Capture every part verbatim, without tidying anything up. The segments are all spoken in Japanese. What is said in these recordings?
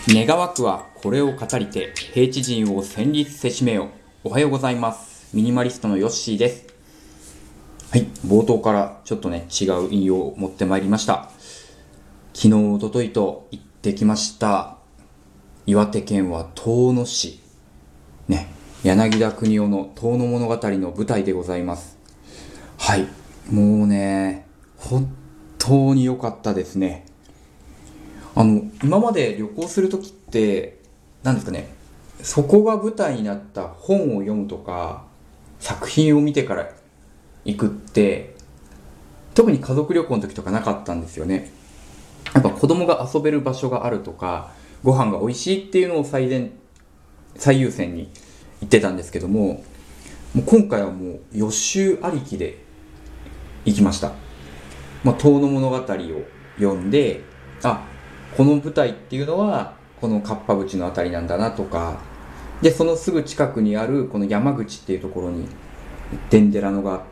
願わくはこれを語りて平地人を戦慄せしめよ。おはようございます。ミニマリストのヨッシーです。はい、冒頭からちょっとね違う引用を持ってまいりました。昨日おとといと行ってきました岩手県は遠野市ね、柳田国男の遠野物語の舞台でございます。はい、もうね本当に良かったですね。あの今まで旅行するときって何ですかね、そこが舞台になった本を読むとか作品を見てから行くって特に家族旅行の時とかなかったんですよね。やっぱ子供が遊べる場所があるとかご飯が美味しいっていうのを最善最優先に言ってたんですけども、もう今回はもう予習ありきで行きました。まあ、遠野物語を読んで、あ、この舞台っていうのはこのかっぱ淵のあたりなんだなとかで、そのすぐ近くにあるこの山口っていうところに伝寺のがあって、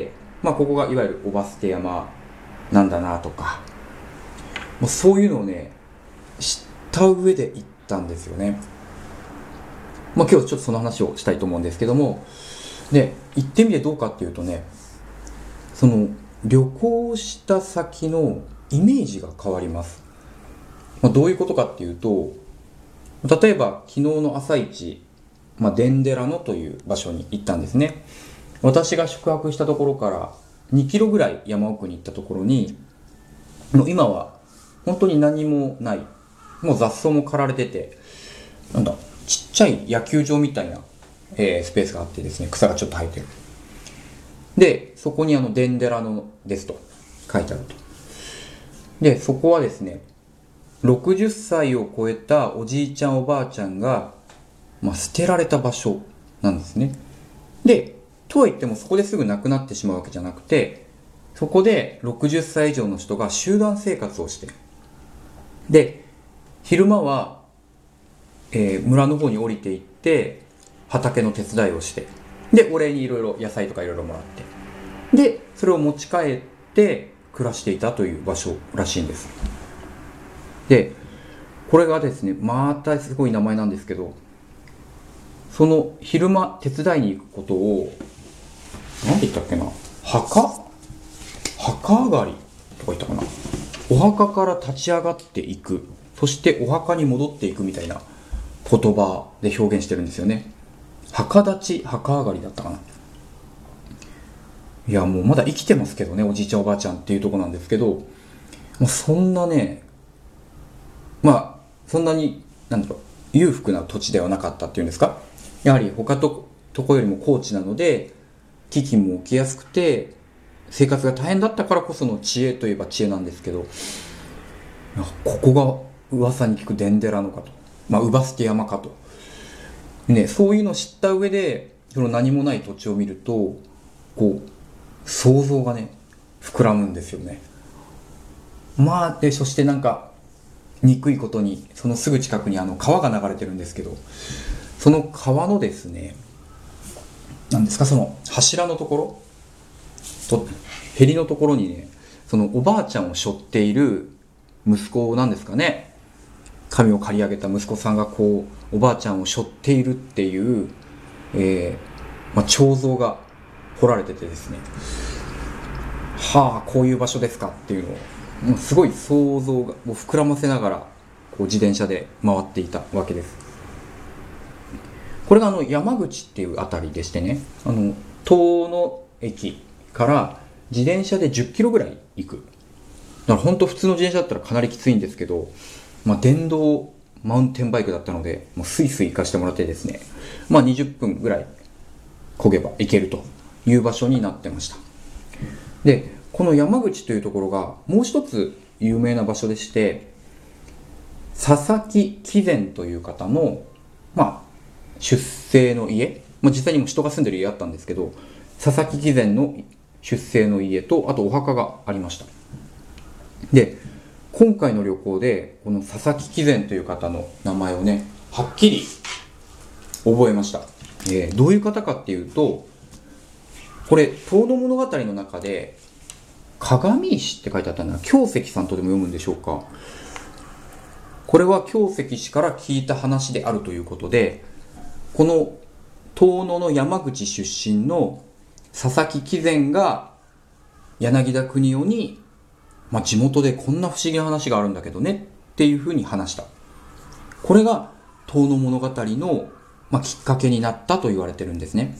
まあ、ここがいわゆるおばすて山なんだなとか、もうそういうのをね知った上で行ったんですよね。まあ、今日ちょっとその話をしたいと思うんですけども、で行ってみてどうかっていうとね、その旅行した先のイメージが変わります。まあ、どういうことかっていうと、例えば昨日の朝一、まあ、伝寺野という場所に行ったんですね。私が宿泊したところからにキロぐらい山奥に行ったところに、もう今は本当に何もない、もう雑草も刈られてて、なんだちっちゃい野球場みたいな、えースペースがあってですね、草がちょっと生えてる。でそこにあの伝寺野ですと書いてあると。でそこはですね、ろくじゅっさいを超えたおじいちゃんおばあちゃんが、まあ、捨てられた場所なんですね。でとは言ってもそこですぐ亡くなってしまうわけじゃなくて、そこでろくじゅっさい以上の人が集団生活をして、で昼間は、えー村の方に降りていって畑の手伝いをして、でお礼にいろいろ野菜とかいろいろもらって、でそれを持ち帰って暮らしていたという場所らしいんです。でこれがですね、またすごい名前なんですけど、その昼間手伝いに行くことを何て言ったっけな、墓墓上がりとか言ったかな、お墓から立ち上がっていく、そしてお墓に戻っていくみたいな言葉で表現してるんですよね。墓立ち墓上がりだったかな。いやもうまだ生きてますけどね、おじいちゃんおばあちゃんっていうとこなんですけど、もうそんなね、まあそんなになんだろう裕福な土地ではなかったっていうんですか、やはり他ととこよりも高地なので飢饉も起きやすくて生活が大変だったからこその知恵といえば知恵なんですけど、ここが噂に聞く伝寺のかと、まあ姥捨て山かと、ね、そういうのを知った上でその何もない土地を見るとこう想像がね膨らむんですよね。まあでそしてなんか憎いことにそのすぐ近くにあの川が流れてるんですけど、その川のですね、なんですか、その柱のところとへりのところにね、そのおばあちゃんを背負っている息子なんですかね、髪を刈り上げた息子さんがこうおばあちゃんを背負っているっていう、えーまあ、彫像が彫られててですね、はあこういう場所ですかっていうのをもうすごい想像がもう膨らませながらこう自転車で回っていたわけです。これがあの山口っていうあたりでしてね、あの遠野駅から自転車でじゅっキロぐらい行く。だから本当普通の自転車だったらかなりきついんですけど、まあ、電動マウンテンバイクだったのでもうスイスイ行かしてもらってですね、まあ、にじゅっぷんぐらい漕げば行けるという場所になってました。でこの山口というところがもう一つ有名な場所でして、佐々木喜善という方の、まあ、出生の家、まあ、実際にも人が住んでる家あったんですけど、佐々木喜善の出生の家とあとお墓がありました。で今回の旅行でこの佐々木喜善という方の名前をねはっきり覚えました。えー、どういう方かっていうと、これ遠野物語の中で鏡石って書いてあったな、京石さんとでも読むんでしょうか。 これは京石氏から聞いた話であるということで、この遠野の山口出身の佐々木貴前が柳田国男に、まあ、地元でこんな不思議な話があるんだけどねっていうふうに話した。これが遠野物語の、まあ、きっかけになったと言われてるんですね。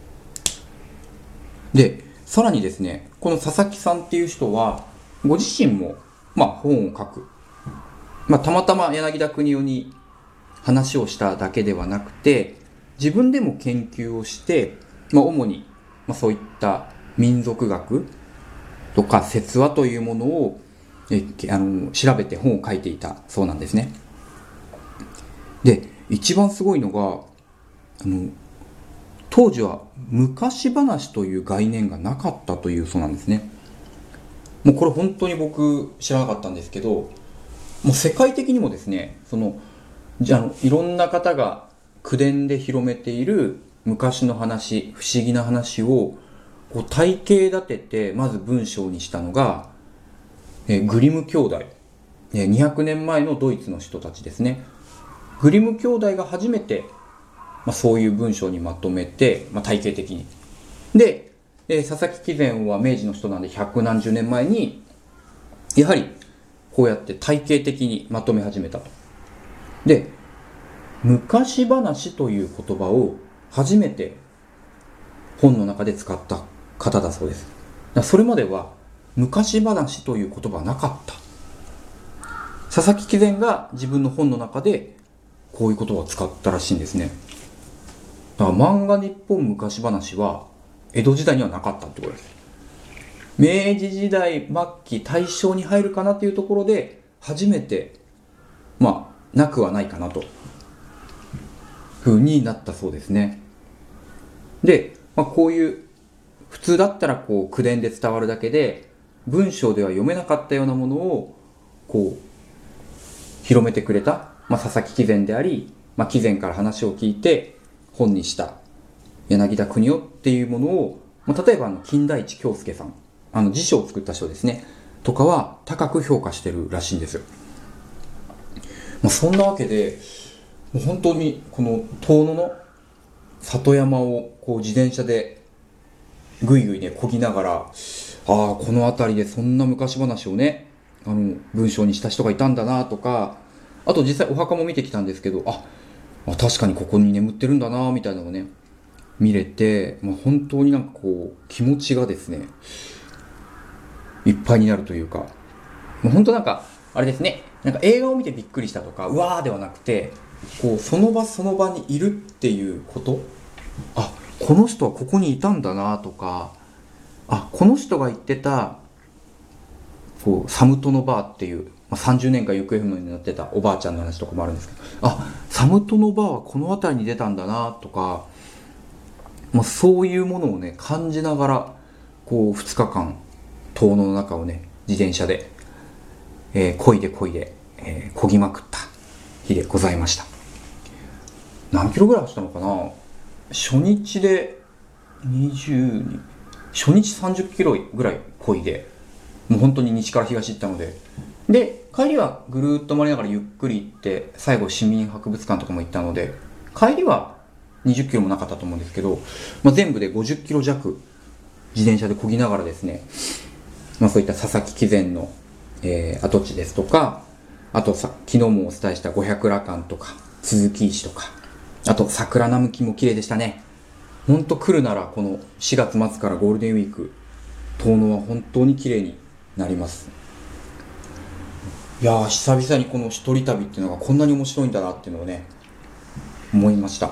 で、さらにですね、この佐々木さんっていう人はご自身も、まあ、本を書く、まあ、たまたま柳田国男に話をしただけではなくて、自分でも研究をして、まあ、主に、まあ、そういった民族学とか説話というものをえあの調べて本を書いていたそうなんですね。で、一番すごいのが、あの当時は昔話という概念がなかったというそうなんですね。もうこれ本当に僕知らなかったんですけど、もう世界的にもですね、そのじゃあのいろんな方が口伝で広めている昔の話、不思議な話をこう体系立ててまず文章にしたのが、えグリム兄弟、えにひゃくねんまえのドイツの人たちですね。グリム兄弟が初めて、まあ、そういう文章にまとめて、まあ、体系的にで、えー、佐々木貴前は明治の人なんで百何十年前にやはりこうやって体系的にまとめ始めたと。で、昔話という言葉を初めて本の中で使った方だそうです。だからそれまでは昔話という言葉はなかった。佐々木貴前が自分の本の中でこういう言葉を使ったらしいんですね。だから漫画日本昔話は江戸時代にはなかったってことです。明治時代末期大正に入るかなというところで初めてまあなくはないかなと風になったそうですね。で、まあ、こういう普通だったらこう口伝で伝わるだけで文章では読めなかったようなものをこう広めてくれた、まあ、佐々木貴前であり、まあ、貴前から話を聞いて本にした柳田国男っていうものを、まあ、例えばあの金田一京介さん、あの辞書を作った人ですねとかは高く評価してるらしいんですよ。まあ、そんなわけでもう本当にこの遠野の里山をこう自転車でぐいぐいね漕ぎながら、ああこの辺りでそんな昔話をねあの文章にした人がいたんだなとか、あと実際お墓も見てきたんですけど、ああ確かにここに眠ってるんだなみたいなのをね見れて、まあ、本当になんかこう気持ちがですねいっぱいになるというか、もう本当なんかあれですね、なんか映画を見てびっくりしたとかうわーではなくて、こうその場その場にいるっていうこと、あこの人はここにいたんだなとか、あこの人が言ってたこうサムトのバーっていう、まあ、さんじゅうねんかん行方不明になってたおばあちゃんの話とかもあるんですけど、あサムトのバーはこの辺りに出たんだなとか、まあ、そういうものをね感じながらこうふつかかん遠野の中をね自転車で、えー、漕いで漕いで、えー、漕ぎまくった日でございました。何キロぐらい走ったのかな。初日でにじゅう、初日さんじゅっキロぐらい漕いで、もう本当に西から東行ったので、で帰りはぐるーっと回りながらゆっくり行って、最後市民博物館とかも行ったので帰りはにじゅっキロもなかったと思うんですけど、まあ、全部でごじゅっキロ弱自転車で漕ぎながらですね、まあ、そういった佐々木貴前の、えー、跡地ですとか、あとさ昨日もお伝えした五百羅漢とか鈴木石とか、あと桜並木も綺麗でしたね。ほんと来るならこのしがつ末からゴールデンウィーク遠野は本当に綺麗になります。いやー久々にこの一人旅っていうのがこんなに面白いんだなっていうのをね思いました。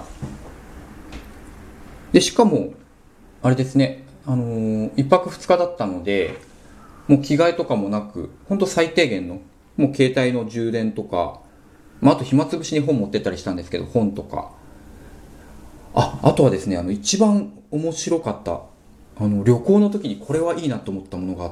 でしかもあれですね、あのー、いっぱくふつかだったのでもう着替えとかもなく、ほんと最低限のもう携帯の充電とか、まあ、あと暇つぶしに本持ってったりしたんですけど本とか、ああとはですね、あの一番面白かったあの旅行の時にこれはいいなと思ったものがあって、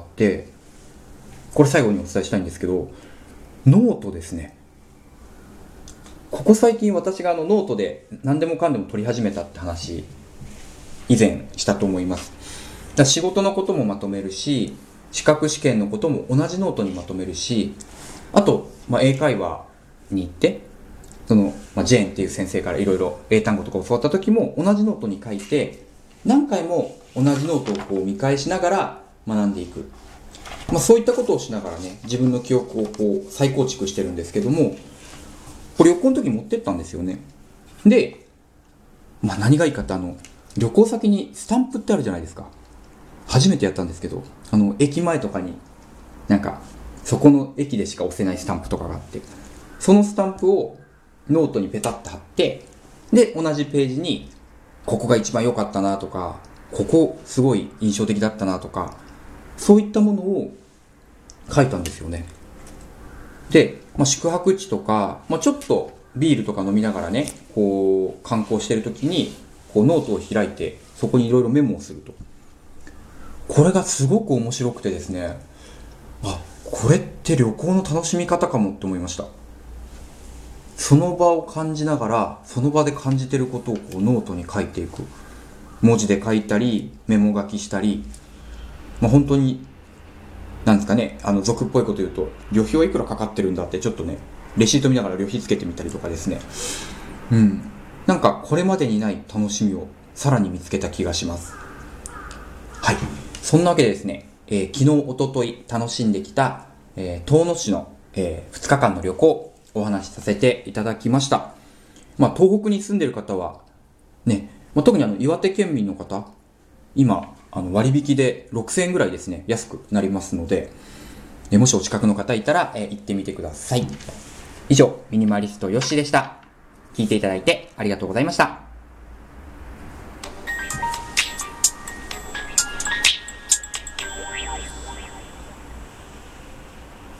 これ最後にお伝えしたいんですけど、ノートですね。ここ最近私があのノートで何でもかんでも取り始めたって話以前したと思います。だ仕事のこともまとめるし、資格試験のことも同じノートにまとめるし、あと、まあ、英会話に行って、その、まあ、ジェーンっていう先生からいろいろ英単語とか教わった時も同じノートに書いて、何回も同じノートをこう見返しながら学んでいく。まあ、そういったことをしながらね、自分の記憶をこう再構築してるんですけども、これ旅行の時持ってったんですよね。で、まあ、何がいいかって、あの旅行先にスタンプってあるじゃないですか。初めてやったんですけど、あの駅前とかになんかそこの駅でしか押せないスタンプとかがあって、そのスタンプをノートにペタッと貼って、で同じページにここが一番良かったなとか、ここすごい印象的だったなとか、そういったものを書いたんですよね。で、まあ、宿泊地とか、まあ、ちょっとビールとか飲みながらね、こう観光してる時にこうノートを開いて、そこにいろいろメモをすると。これがすごく面白くてですね、あ、これって旅行の楽しみ方かもって思いました。その場を感じながら、その場で感じてることをこうノートに書いていく。文字で書いたり、メモ書きしたり、まあ、本当になんですかね、あの俗っぽいこと言うと、旅費はいくらかかってるんだってちょっとね、レシート見ながら旅費つけてみたりとかですね。うん。なんかこれまでにない楽しみをさらに見つけた気がします。はい。そんなわけでですね、えー、昨日、おととい楽しんできた、えー、遠野市の、えー、ふつかかんの旅行、お話しさせていただきました。まあ、東北に住んでる方は、ね、まあ、特にあの岩手県民の方、今、あの割引でろくせんえんぐらいですね、安くなりますので、えもしお近くの方いたら、えー、行ってみてください。以上、ミニマリストよっしーでした。聞いていただいてありがとうございました。